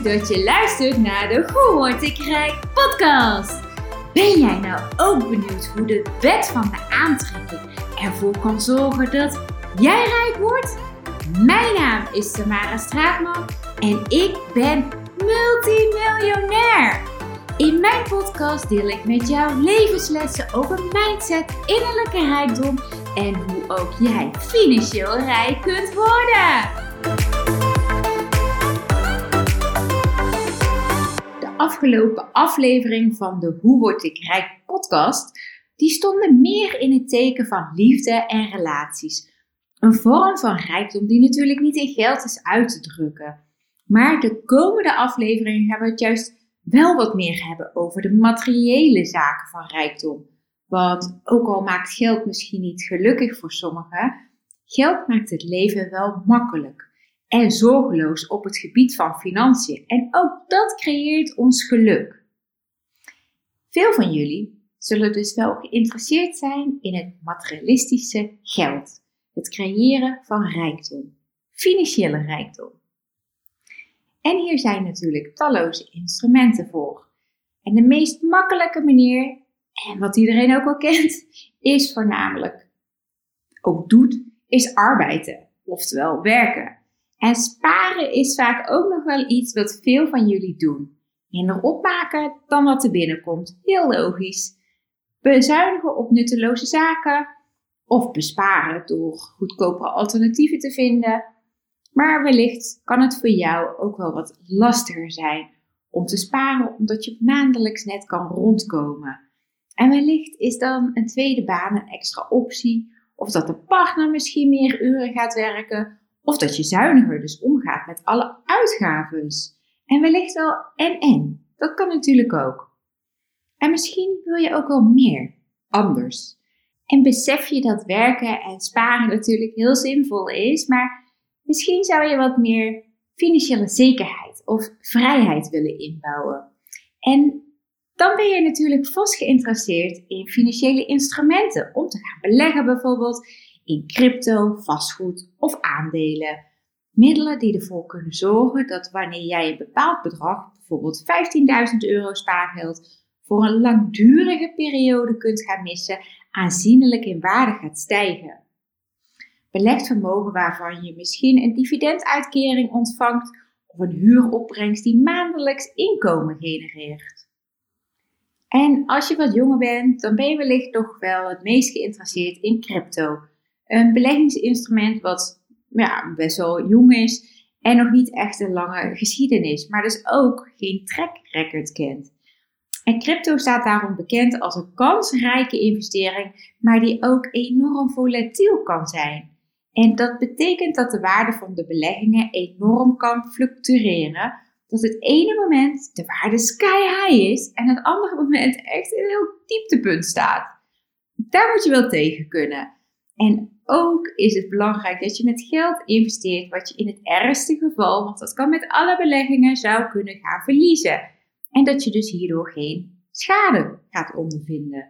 dat je luistert naar de Hoe Word ik Rijk podcast. Ben jij nou ook benieuwd hoe de wet van de aantrekking ervoor kan zorgen dat jij rijk wordt? Mijn naam is Tamara Straatman en ik ben multimiljonair. In mijn podcast deel ik met jou levenslessen over mindset, innerlijke rijkdom en hoe ook jij financieel rijk kunt worden. De afgelopen aflevering van de Hoe Word ik Rijk podcast, die stonden meer in het teken van liefde en relaties. Een vorm van rijkdom die natuurlijk niet in geld is uit te drukken. Maar de komende aflevering gaan we het juist wel wat meer hebben over de materiële zaken van rijkdom. Want ook al maakt geld misschien niet gelukkig voor sommigen, geld maakt het leven wel makkelijk en zorgeloos op het gebied van financiën. En ook dat creëert ons geluk. Veel van jullie zullen dus wel geïnteresseerd zijn in het materialistische geld. Het creëren van rijkdom, financiële rijkdom. En hier zijn natuurlijk talloze instrumenten voor. En de meest makkelijke manier, en wat iedereen ook wel kent, is voornamelijk, ook doet, is arbeiden, oftewel werken. En sparen is vaak ook nog wel iets wat veel van jullie doen. Minder opmaken dan wat er binnenkomt, heel logisch. Bezuinigen op nutteloze zaken of besparen door goedkopere alternatieven te vinden. Maar wellicht kan het voor jou ook wel wat lastiger zijn om te sparen, omdat je maandelijks net kan rondkomen. En wellicht is dan een tweede baan een extra optie, of dat de partner misschien meer uren gaat werken, of dat je zuiniger dus omgaat met alle uitgaves. En wellicht wel en. Dat kan natuurlijk ook. En misschien wil je ook wel meer, anders. En besef je dat werken en sparen natuurlijk heel zinvol is, maar misschien zou je wat meer financiële zekerheid of vrijheid willen inbouwen. En dan ben je natuurlijk vast geïnteresseerd in financiële instrumenten om te gaan beleggen, bijvoorbeeld in crypto, vastgoed of aandelen. Middelen die ervoor kunnen zorgen dat wanneer jij een bepaald bedrag, bijvoorbeeld €15.000 spaargeld, voor een langdurige periode kunt gaan missen, aanzienlijk in waarde gaat stijgen. Belegd vermogen waarvan je misschien een dividenduitkering ontvangt of een huuropbrengst die maandelijks inkomen genereert. En als je wat jonger bent, dan ben je wellicht toch wel het meest geïnteresseerd in crypto. Een beleggingsinstrument wat best wel jong is en nog niet echt een lange geschiedenis, maar dus ook geen track record kent. En crypto staat daarom bekend als een kansrijke investering, maar die ook enorm volatiel kan zijn. En dat betekent dat de waarde van de beleggingen enorm kan fluctueren. Dat het ene moment de waarde sky high is en het andere moment echt in een heel dieptepunt staat. Daar moet je wel tegen kunnen. En ook is het belangrijk dat je met geld investeert wat je in het ergste geval, want dat kan met alle beleggingen, zou kunnen gaan verliezen. En dat je dus hierdoor geen schade gaat ondervinden.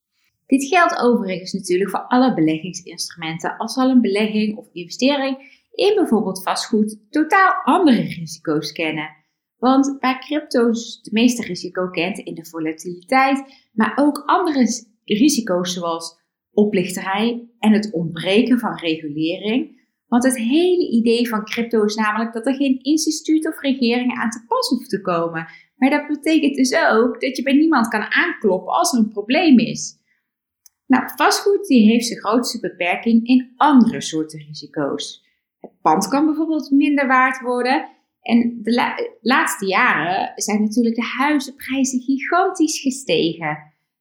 Dit geldt overigens natuurlijk voor alle beleggingsinstrumenten als al een belegging of investering in bijvoorbeeld vastgoed totaal andere risico's kennen. Want waar crypto's de meeste risico kent in de volatiliteit, maar ook andere risico's zoals oplichterij en het ontbreken van regulering. Want het hele idee van crypto is namelijk dat er geen instituut of regering aan te pas hoeft te komen. Maar dat betekent dus ook dat je bij niemand kan aankloppen als er een probleem is. Nou, vastgoed die heeft zijn grootste beperking in andere soorten risico's. Het pand kan bijvoorbeeld minder waard worden. En de laatste jaren zijn natuurlijk de huizenprijzen gigantisch gestegen.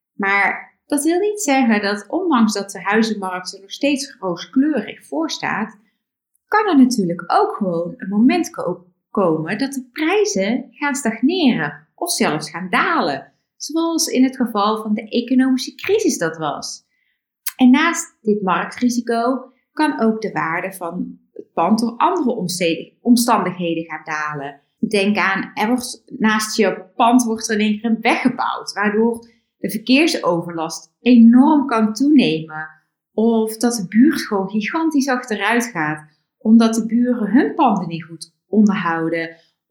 Maar dat wil niet zeggen dat ondanks dat de huizenmarkt er nog steeds rooskleurig voor staat, kan er natuurlijk ook gewoon een moment komen dat de prijzen gaan stagneren of zelfs gaan dalen. Zoals in het geval van de economische crisis dat was. En naast dit marktrisico kan ook de waarde van het pand door andere omstandigheden gaan dalen. Denk aan, naast je pand wordt er in één keer een weg gebouwd, waardoor de verkeersoverlast enorm kan toenemen. Of dat de buurt gewoon gigantisch achteruit gaat, omdat de buren hun panden niet goed onderhouden.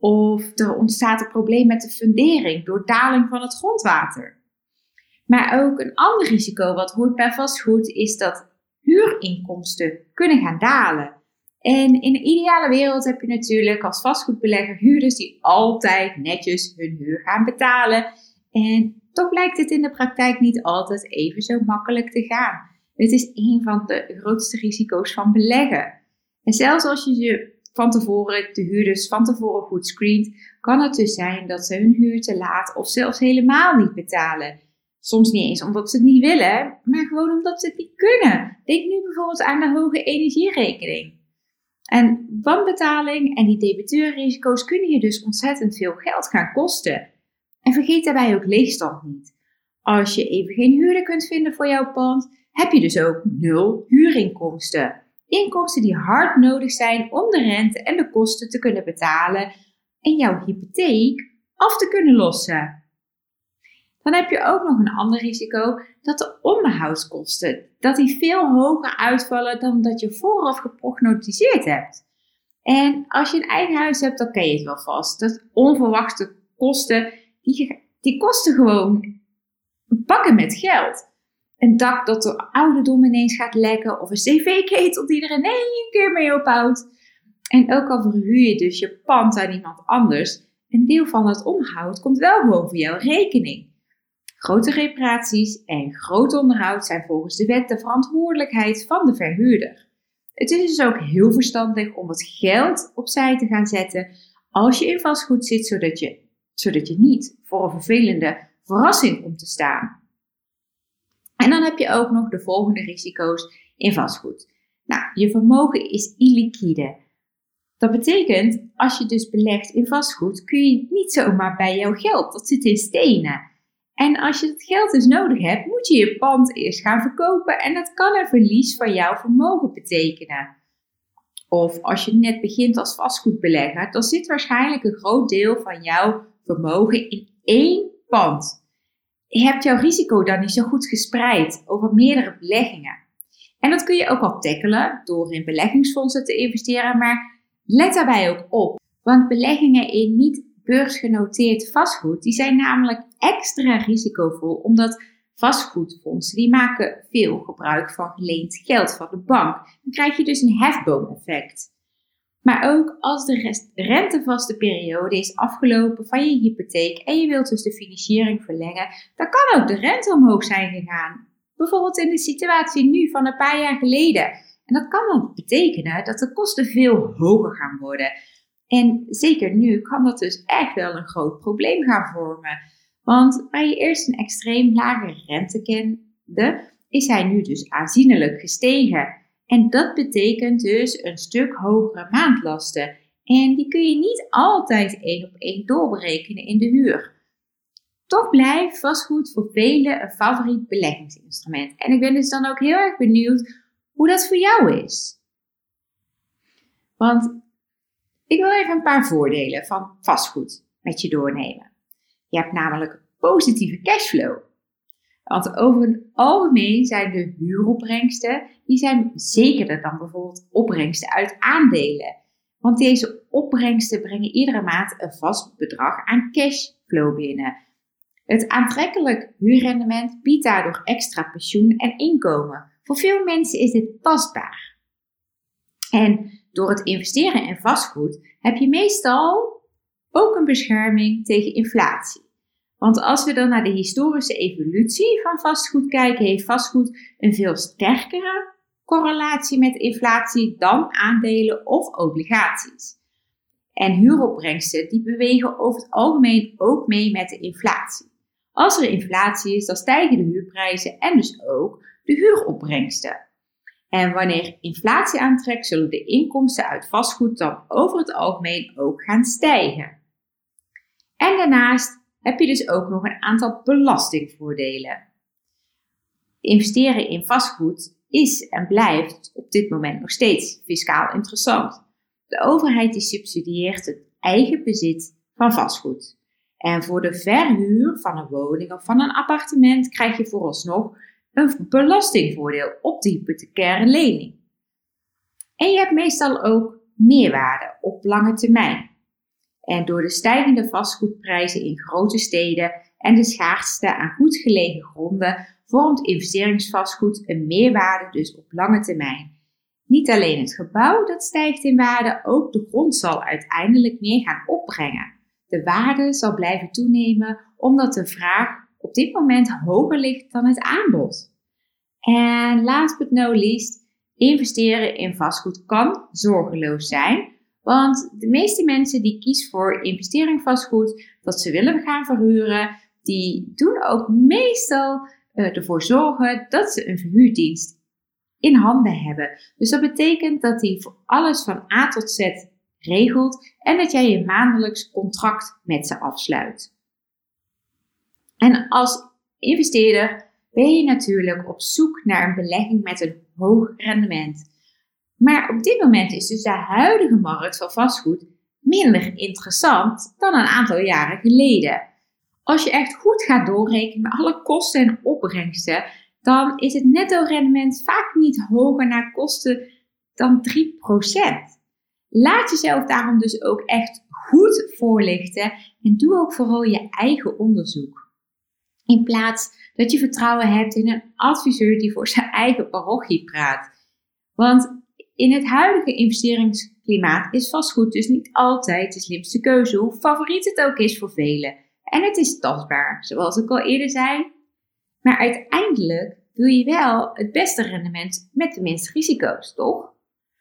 Of er ontstaat een probleem met de fundering door daling van het grondwater. Maar ook een ander risico wat hoort bij vastgoed is dat huurinkomsten kunnen gaan dalen. En in een ideale wereld heb je natuurlijk als vastgoedbelegger huurders die altijd netjes hun huur gaan betalen. En toch blijkt het in de praktijk niet altijd even zo makkelijk te gaan. Het is een van de grootste risico's van beleggen. En zelfs als je de huurders van tevoren goed screent, kan het dus zijn dat ze hun huur te laat of zelfs helemaal niet betalen. Soms niet eens omdat ze het niet willen, maar gewoon omdat ze het niet kunnen. Denk nu bijvoorbeeld aan de hoge energierekening. En wanbetaling en die debiteurrisico's kunnen je dus ontzettend veel geld gaan kosten. En vergeet daarbij ook leegstand niet. Als je even geen huurder kunt vinden voor jouw pand, heb je dus ook 0 huurinkomsten. Inkomsten die hard nodig zijn om de rente en de kosten te kunnen betalen en jouw hypotheek af te kunnen lossen. Dan heb je ook nog een ander risico, dat de onderhoudskosten dat die veel hoger uitvallen dan dat je vooraf geprognosticeerd hebt. En als je een eigen huis hebt, dan ken je het wel vast. Dat onverwachte kosten, die kosten gewoon bakken met geld. Een dak dat door ouderdom ineens gaat lekken of een cv-ketel die er in één keer mee ophoudt. En ook al verhuur je dus je pand aan iemand anders, een deel van het onderhoud komt wel gewoon voor jouw rekening. Grote reparaties en groot onderhoud zijn volgens de wet de verantwoordelijkheid van de verhuurder. Het is dus ook heel verstandig om het geld opzij te gaan zetten als je in vastgoed zit, zodat je niet voor een vervelende verrassing komt te staan. En dan heb je ook nog de volgende risico's in vastgoed. Nou, je vermogen is illiquide. Dat betekent, als je dus belegt in vastgoed, kun je niet zomaar bij jouw geld. Dat zit in stenen. En als je het geld dus nodig hebt, moet je je pand eerst gaan verkopen en dat kan een verlies van jouw vermogen betekenen. Of als je net begint als vastgoedbelegger, dan zit waarschijnlijk een groot deel van jouw vermogen in één pand. Je hebt jouw risico dan niet zo goed gespreid over meerdere beleggingen. En dat kun je ook al tackelen door in beleggingsfondsen te investeren, maar let daarbij ook op. Want beleggingen in niet beursgenoteerd vastgoed, die zijn namelijk extra risicovol, omdat vastgoedfondsen, die maken veel gebruik van geleend geld van de bank. Dan krijg je dus een hefboomeffect. Maar ook als de rentevaste periode is afgelopen van je hypotheek en je wilt dus de financiering verlengen, dan kan ook de rente omhoog zijn gegaan. Bijvoorbeeld in de situatie nu van een paar jaar geleden. En dat kan dan betekenen dat de kosten veel hoger gaan worden. En zeker nu kan dat dus echt wel een groot probleem gaan vormen. Want waar je eerst een extreem lage rente kende, is hij nu dus aanzienlijk gestegen. En dat betekent dus een stuk hogere maandlasten. En die kun je niet altijd 1 op 1 doorberekenen in de huur. Toch blijft vastgoed voor velen een favoriet beleggingsinstrument. En ik ben dus dan ook heel erg benieuwd hoe dat voor jou is. Want ik wil even een paar voordelen van vastgoed met je doornemen. Je hebt namelijk positieve cashflow. Want over het algemeen zijn de huuropbrengsten, die zijn zekerder dan bijvoorbeeld opbrengsten uit aandelen. Want deze opbrengsten brengen iedere maand een vast bedrag aan cashflow binnen. Het aantrekkelijk huurrendement biedt daardoor extra pensioen en inkomen. Voor veel mensen is dit tastbaar. En door het investeren in vastgoed heb je meestal ook een bescherming tegen inflatie. Want als we dan naar de historische evolutie van vastgoed kijken, heeft vastgoed een veel sterkere correlatie met inflatie dan aandelen of obligaties. En huuropbrengsten die bewegen over het algemeen ook mee met de inflatie. Als er inflatie is, dan stijgen de huurprijzen en dus ook de huuropbrengsten. En wanneer inflatie aantrekt, zullen de inkomsten uit vastgoed dan over het algemeen ook gaan stijgen. En daarnaast heb je dus ook nog een aantal belastingvoordelen. Investeren in vastgoed is en blijft op dit moment nog steeds fiscaal interessant. De overheid die subsidieert het eigen bezit van vastgoed. En voor de verhuur van een woning of van een appartement krijg je vooralsnog een belastingvoordeel op de hypothecaire lening. En je hebt meestal ook meerwaarde op lange termijn. En door de stijgende vastgoedprijzen in grote steden en de schaarste aan goed gelegen gronden vormt investeringsvastgoed een meerwaarde dus op lange termijn. Niet alleen het gebouw dat stijgt in waarde, ook de grond zal uiteindelijk meer gaan opbrengen. De waarde zal blijven toenemen omdat de vraag op dit moment hoger ligt dan het aanbod. En last but not least, investeren in vastgoed kan zorgeloos zijn. Want de meeste mensen die kiezen voor investering in vastgoed, dat ze willen gaan verhuren, die doen ook meestal ervoor zorgen dat ze een verhuurdienst in handen hebben. Dus dat betekent dat die voor alles van A tot Z regelt en dat jij een maandelijks contract met ze afsluit. En als investeerder ben je natuurlijk op zoek naar een belegging met een hoog rendement. Maar op dit moment is dus de huidige markt van vastgoed minder interessant dan een aantal jaren geleden. Als je echt goed gaat doorrekenen met alle kosten en opbrengsten, dan is het netto rendement vaak niet hoger naar kosten dan 3%. Laat jezelf daarom dus ook echt goed voorlichten en doe ook vooral je eigen onderzoek. In plaats dat je vertrouwen hebt in een adviseur die voor zijn eigen parochie praat. Want in het huidige investeringsklimaat is vastgoed dus niet altijd de slimste keuze, hoe favoriet het ook is voor velen. En het is tastbaar, zoals ik al eerder zei. Maar uiteindelijk wil je wel het beste rendement met de minste risico's, toch?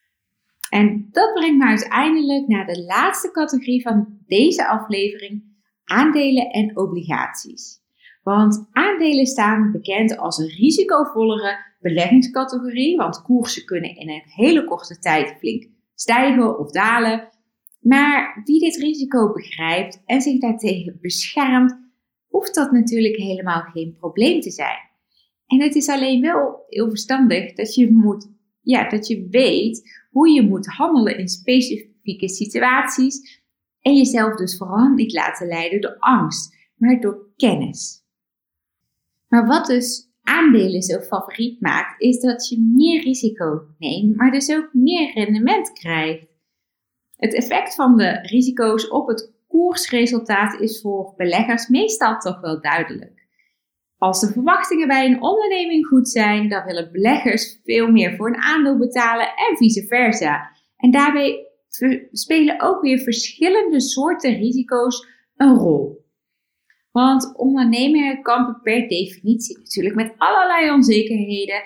En dat brengt me uiteindelijk naar de laatste categorie van deze aflevering, aandelen en obligaties. Want aandelen staan bekend als een risicovollere beleggingscategorie, want koersen kunnen in een hele korte tijd flink stijgen of dalen. Maar wie dit risico begrijpt en zich daartegen beschermt, hoeft dat natuurlijk helemaal geen probleem te zijn. En het is alleen wel heel verstandig dat je weet hoe je moet handelen in specifieke situaties en jezelf dus vooral niet laten leiden door angst, maar door kennis. Maar wat dus aandelen zo favoriet maakt, is dat je meer risico neemt, maar dus ook meer rendement krijgt. Het effect van de risico's op het koersresultaat is voor beleggers meestal toch wel duidelijk. Als de verwachtingen bij een onderneming goed zijn, dan willen beleggers veel meer voor een aandeel betalen en vice versa. En daarbij spelen ook weer verschillende soorten risico's een rol. Want ondernemingen kampen per definitie natuurlijk met allerlei onzekerheden.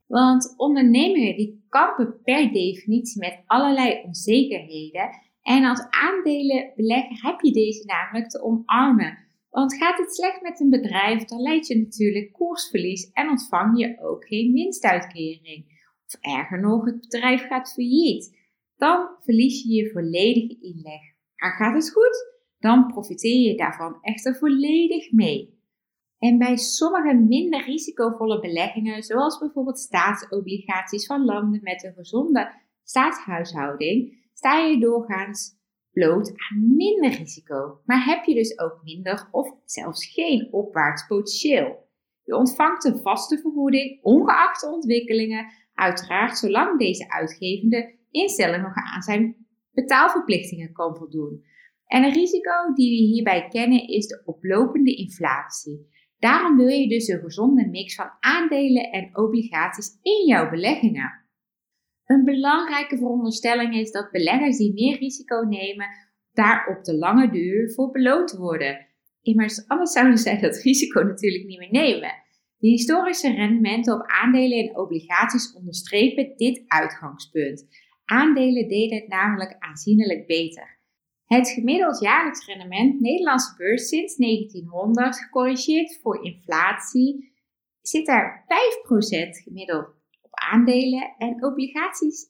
En als aandelenbelegger heb je deze namelijk te omarmen. Want gaat het slecht met een bedrijf, dan leid je natuurlijk koersverlies en ontvang je ook geen winstuitkering. Of erger nog, het bedrijf gaat failliet. Dan verlies je je volledige inleg. Maar gaat het goed? Dan profiteer je daarvan echter volledig mee. En bij sommige minder risicovolle beleggingen, zoals bijvoorbeeld staatsobligaties van landen met een gezonde staatshuishouding, sta je doorgaans bloot aan minder risico. Maar heb je dus ook minder of zelfs geen opwaarts potentieel. Je ontvangt een vaste vergoeding, ongeacht de ontwikkelingen, uiteraard zolang deze uitgevende instelling nog aan zijn betaalverplichtingen kan voldoen. En een risico die we hierbij kennen is de oplopende inflatie. Daarom wil je dus een gezonde mix van aandelen en obligaties in jouw beleggingen. Een belangrijke veronderstelling is dat beleggers die meer risico nemen, daar op de lange duur voor beloond worden. Immers, anders zouden zij dat risico natuurlijk niet meer nemen. De historische rendementen op aandelen en obligaties onderstrepen dit uitgangspunt. Aandelen deden het namelijk aanzienlijk beter. Het gemiddeld jaarlijks rendement Nederlandse beurs sinds 1900, gecorrigeerd voor inflatie, zit daar 5% gemiddeld op aandelen en obligaties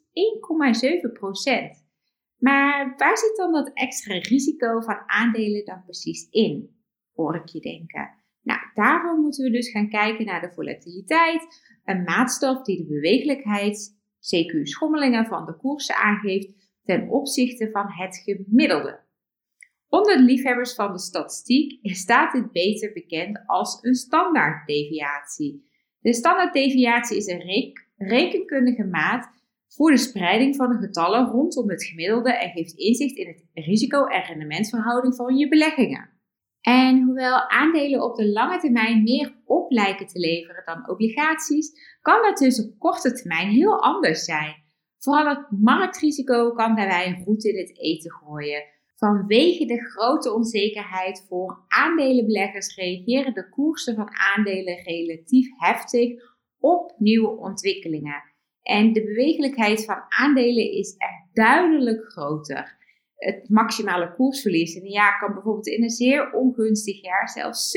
1,7%. Maar waar zit dan dat extra risico van aandelen dan precies in, hoor ik je denken? Nou, daarvoor moeten we dus gaan kijken naar de volatiliteit, een maatstaf die de beweeglijkheid, CQ schommelingen van de koersen aangeeft, ten opzichte van het gemiddelde. Onder de liefhebbers van de statistiek staat dit beter bekend als een standaarddeviatie. De standaarddeviatie is een rekenkundige maat voor de spreiding van de getallen rondom het gemiddelde en geeft inzicht in het risico- en rendementsverhouding van je beleggingen. En hoewel aandelen op de lange termijn meer op lijken te leveren dan obligaties, kan dat dus op korte termijn heel anders zijn. Vooral het marktrisico kan daarbij een roet in het eten gooien. Vanwege de grote onzekerheid voor aandelenbeleggers reageren de koersen van aandelen relatief heftig op nieuwe ontwikkelingen. En de bewegelijkheid van aandelen is echt duidelijk groter. Het maximale koersverlies in een jaar kan bijvoorbeeld in een zeer ongunstig jaar zelfs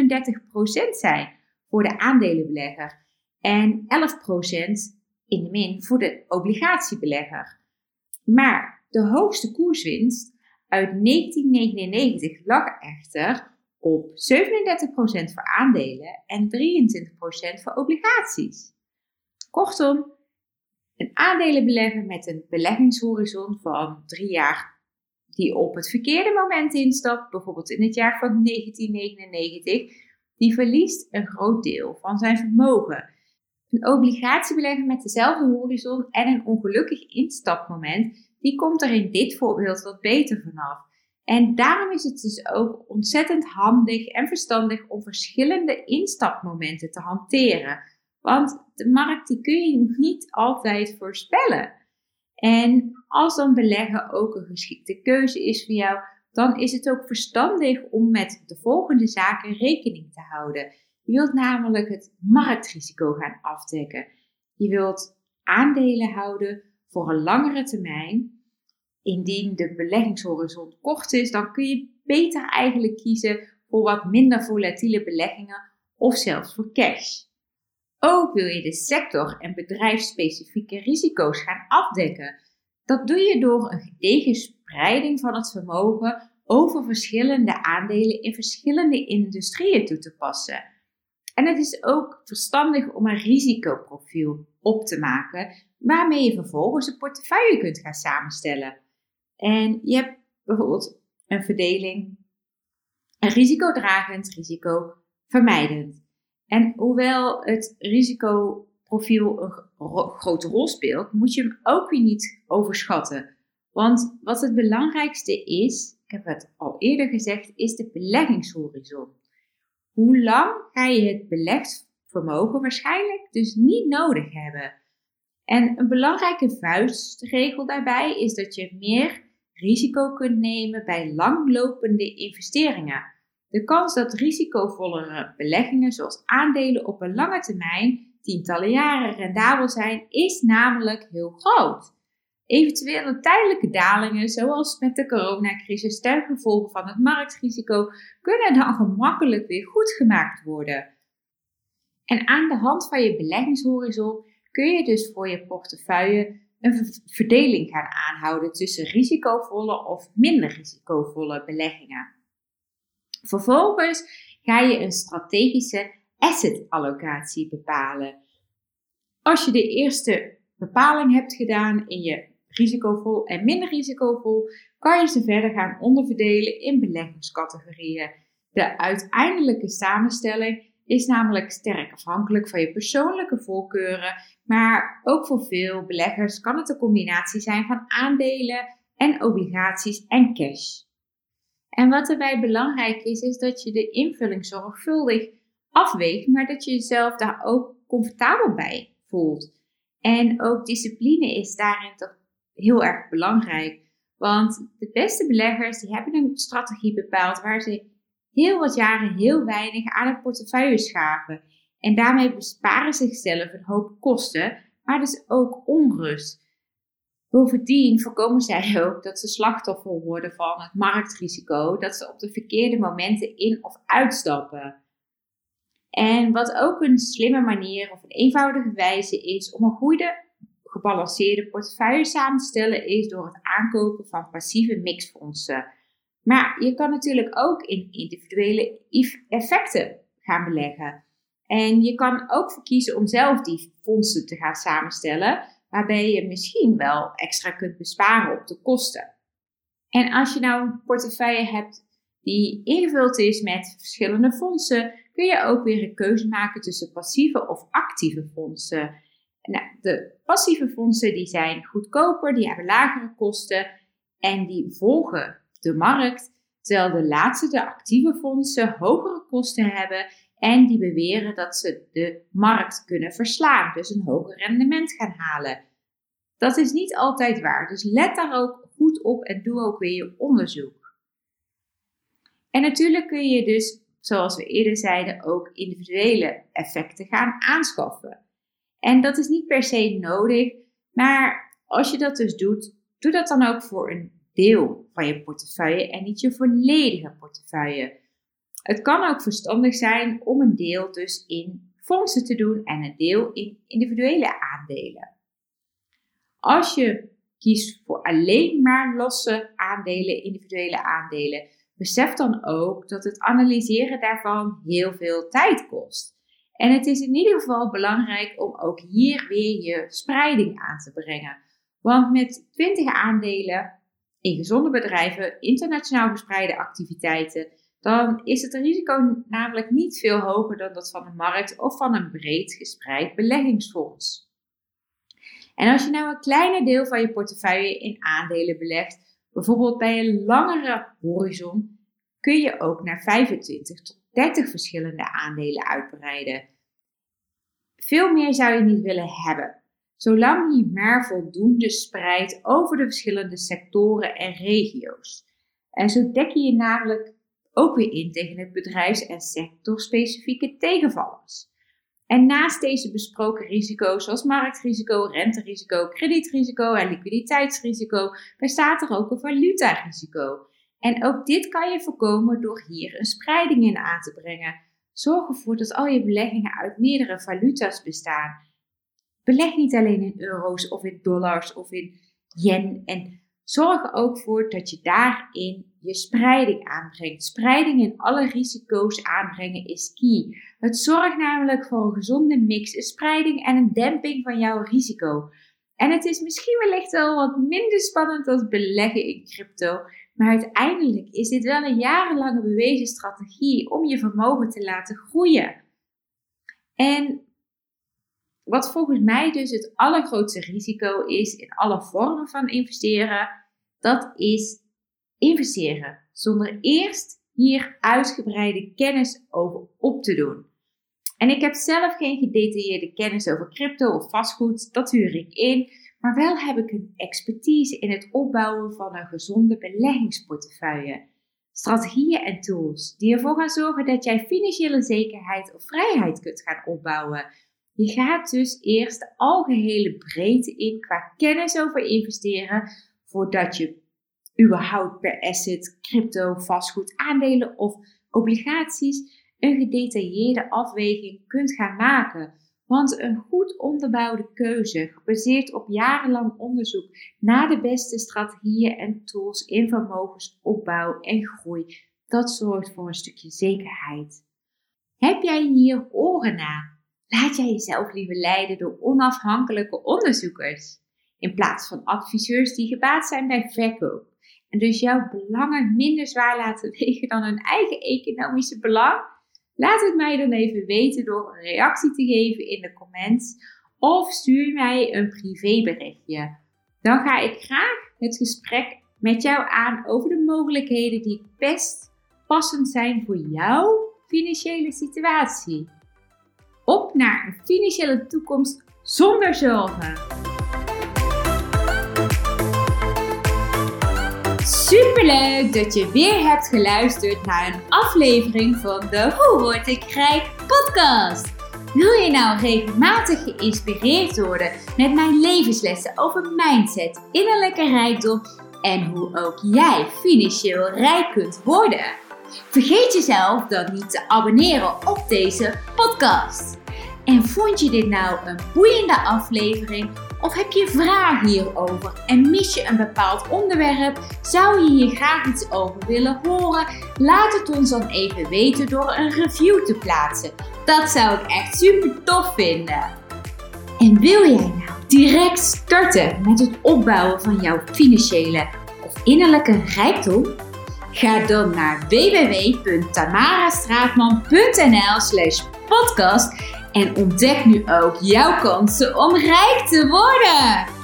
37% zijn voor de aandelenbelegger en 11% in de min voor de obligatiebelegger. Maar de hoogste koerswinst uit 1999 lag echter op 37% voor aandelen en 23% voor obligaties. Kortom, een aandelenbelegger met een beleggingshorizon van 3 jaar die op het verkeerde moment instapt, bijvoorbeeld in het jaar van 1999, die verliest een groot deel van zijn vermogen. Een obligatiebelegger met dezelfde horizon en een ongelukkig instapmoment, die komt er in dit voorbeeld wat beter vanaf. En daarom is het dus ook ontzettend handig en verstandig om verschillende instapmomenten te hanteren. Want de markt die kun je niet altijd voorspellen. En als dan beleggen ook een geschikte keuze is voor jou, dan is het ook verstandig om met de volgende zaken rekening te houden. Je wilt namelijk het marktrisico gaan afdekken. Je wilt aandelen houden voor een langere termijn. Indien de beleggingshorizon kort is, dan kun je beter eigenlijk kiezen voor wat minder volatiele beleggingen of zelfs voor cash. Ook wil je de sector- en bedrijfsspecifieke risico's gaan afdekken. Dat doe je door een gedegen spreiding van het vermogen over verschillende aandelen in verschillende industrieën toe te passen. En het is ook verstandig om een risicoprofiel op te maken, waarmee je vervolgens een portefeuille kunt gaan samenstellen. En je hebt bijvoorbeeld een verdeling, een risicodragend, risicovermijdend. En hoewel het risicoprofiel een grote rol speelt, moet je hem ook weer niet overschatten. Want wat het belangrijkste is, ik heb het al eerder gezegd, is de beleggingshorizon. Hoe lang ga je het belegd vermogen waarschijnlijk dus niet nodig hebben? En een belangrijke vuistregel daarbij is dat je meer risico kunt nemen bij langlopende investeringen. De kans dat risicovollere beleggingen zoals aandelen op een lange termijn, tientallen jaren rendabel zijn, is namelijk heel groot. Eventuele tijdelijke dalingen, zoals met de coronacrisis ten gevolge van het marktrisico, kunnen dan gemakkelijk weer goed gemaakt worden. En aan de hand van je beleggingshorizon kun je dus voor je portefeuille een verdeling gaan aanhouden tussen risicovolle of minder risicovolle beleggingen. Vervolgens ga je een strategische asset-allocatie bepalen. Als je de eerste bepaling hebt gedaan in je risicovol en minder risicovol, kan je ze verder gaan onderverdelen in beleggingscategorieën. De uiteindelijke samenstelling is namelijk sterk afhankelijk van je persoonlijke voorkeuren, maar ook voor veel beleggers kan het een combinatie zijn van aandelen en obligaties en cash. En wat erbij belangrijk is dat je de invulling zorgvuldig afweegt, maar dat je jezelf daar ook comfortabel bij voelt. En ook discipline is daarin toch heel erg belangrijk. Want de beste beleggers die hebben een strategie bepaald waar ze heel wat jaren heel weinig aan het portefeuille schaven. En daarmee besparen zichzelf een hoop kosten, maar dus ook onrust. Bovendien voorkomen zij ook dat ze slachtoffer worden van het marktrisico, dat ze op de verkeerde momenten in- of uitstappen. En wat ook een slimme manier of een eenvoudige wijze is om een goede, gebalanceerde portefeuille samen te stellen, is door het aankopen van passieve mixfondsen. Maar je kan natuurlijk ook in individuele effecten gaan beleggen. En je kan ook voor kiezen om zelf die fondsen te gaan samenstellen, waarbij je misschien wel extra kunt besparen op de kosten. En als je nou een portefeuille hebt die ingevuld is met verschillende fondsen, kun je ook weer een keuze maken tussen passieve of actieve fondsen. Nou, de passieve fondsen die zijn goedkoper, die hebben lagere kosten en die volgen de markt, terwijl de actieve fondsen hogere kosten hebben en die beweren dat ze de markt kunnen verslaan, dus een hoger rendement gaan halen. Dat is niet altijd waar, dus let daar ook goed op en doe ook weer je onderzoek. En natuurlijk kun je dus, zoals we eerder zeiden, ook individuele effecten gaan aanschaffen. En dat is niet per se nodig, maar als je dat dus doet, doe dat dan ook voor een deel van je portefeuille en niet je volledige portefeuille. Het kan ook verstandig zijn om een deel dus in fondsen te doen en een deel in individuele aandelen. Als je kiest voor alleen maar losse aandelen, individuele aandelen, besef dan ook dat het analyseren daarvan heel veel tijd kost. En het is in ieder geval belangrijk om ook hier weer je spreiding aan te brengen. Want met 20 aandelen in gezonde bedrijven, internationaal verspreide activiteiten, dan is het risico namelijk niet veel hoger dan dat van een markt of van een breed gespreid beleggingsfonds. En als je nou een kleiner deel van je portefeuille in aandelen belegt, bijvoorbeeld bij een langere horizon, kun je ook naar 25 tot 30 verschillende aandelen uitbreiden. Veel meer zou je niet willen hebben, zolang je maar voldoende spreidt over de verschillende sectoren en regio's. En zo dek je namelijk ook weer in tegen het bedrijfs- en sectorspecifieke tegenvallers. En naast deze besproken risico's zoals marktrisico, renterisico, kredietrisico en liquiditeitsrisico bestaat er ook een valutarisico. En ook dit kan je voorkomen door hier een spreiding in aan te brengen. Zorg ervoor dat al je beleggingen uit meerdere valuta's bestaan. Beleg niet alleen in euro's of in dollars of in yen en zorg er ook voor dat je daarin je spreiding aanbrengt. Spreiding in alle risico's aanbrengen is key. Het zorgt namelijk voor een gezonde mix, een spreiding en een demping van jouw risico. En het is misschien wellicht wel wat minder spannend dan beleggen in crypto, maar uiteindelijk is dit wel een jarenlange bewezen strategie om je vermogen te laten groeien. En wat volgens mij dus het allergrootste risico is in alle vormen van investeren, dat is investeren zonder eerst hier uitgebreide kennis over op te doen. En ik heb zelf geen gedetailleerde kennis over crypto of vastgoed, dat huur ik in, maar wel heb ik een expertise in het opbouwen van een gezonde beleggingsportefeuille. Strategieën en tools die ervoor gaan zorgen dat jij financiële zekerheid of vrijheid kunt gaan opbouwen. Je gaat dus eerst de algehele breedte in qua kennis over investeren, voordat je überhaupt per asset, crypto, vastgoed, aandelen of obligaties een gedetailleerde afweging kunt gaan maken. Want een goed onderbouwde keuze, gebaseerd op jarenlang onderzoek naar de beste strategieën en tools in vermogensopbouw en groei, dat zorgt voor een stukje zekerheid. Heb jij hier oren naar? Laat jij jezelf liever leiden door onafhankelijke onderzoekers, in plaats van adviseurs die gebaat zijn bij verkoop en dus jouw belangen minder zwaar laten wegen dan hun eigen economische belang? Laat het mij dan even weten door een reactie te geven in de comments of stuur mij een privéberichtje. Dan ga ik graag het gesprek met jou aan over de mogelijkheden die best passend zijn voor jouw financiële situatie. Op naar een financiële toekomst zonder zorgen. Superleuk dat je weer hebt geluisterd naar een aflevering van de Hoe Word ik Rijk podcast. Wil je nou regelmatig geïnspireerd worden met mijn levenslessen over mindset, innerlijke rijkdom en hoe ook jij financieel rijk kunt worden? Vergeet jezelf dan niet te abonneren op deze podcast. En vond je dit nou een boeiende aflevering? Of heb je vragen hierover en mis je een bepaald onderwerp? Zou je hier graag iets over willen horen? Laat het ons dan even weten door een review te plaatsen. Dat zou ik echt super tof vinden. En wil jij nou direct starten met het opbouwen van jouw financiële of innerlijke rijkdom? Ga dan naar www.tamarastraatman.nl/podcast En ontdek nu ook jouw kansen om rijk te worden.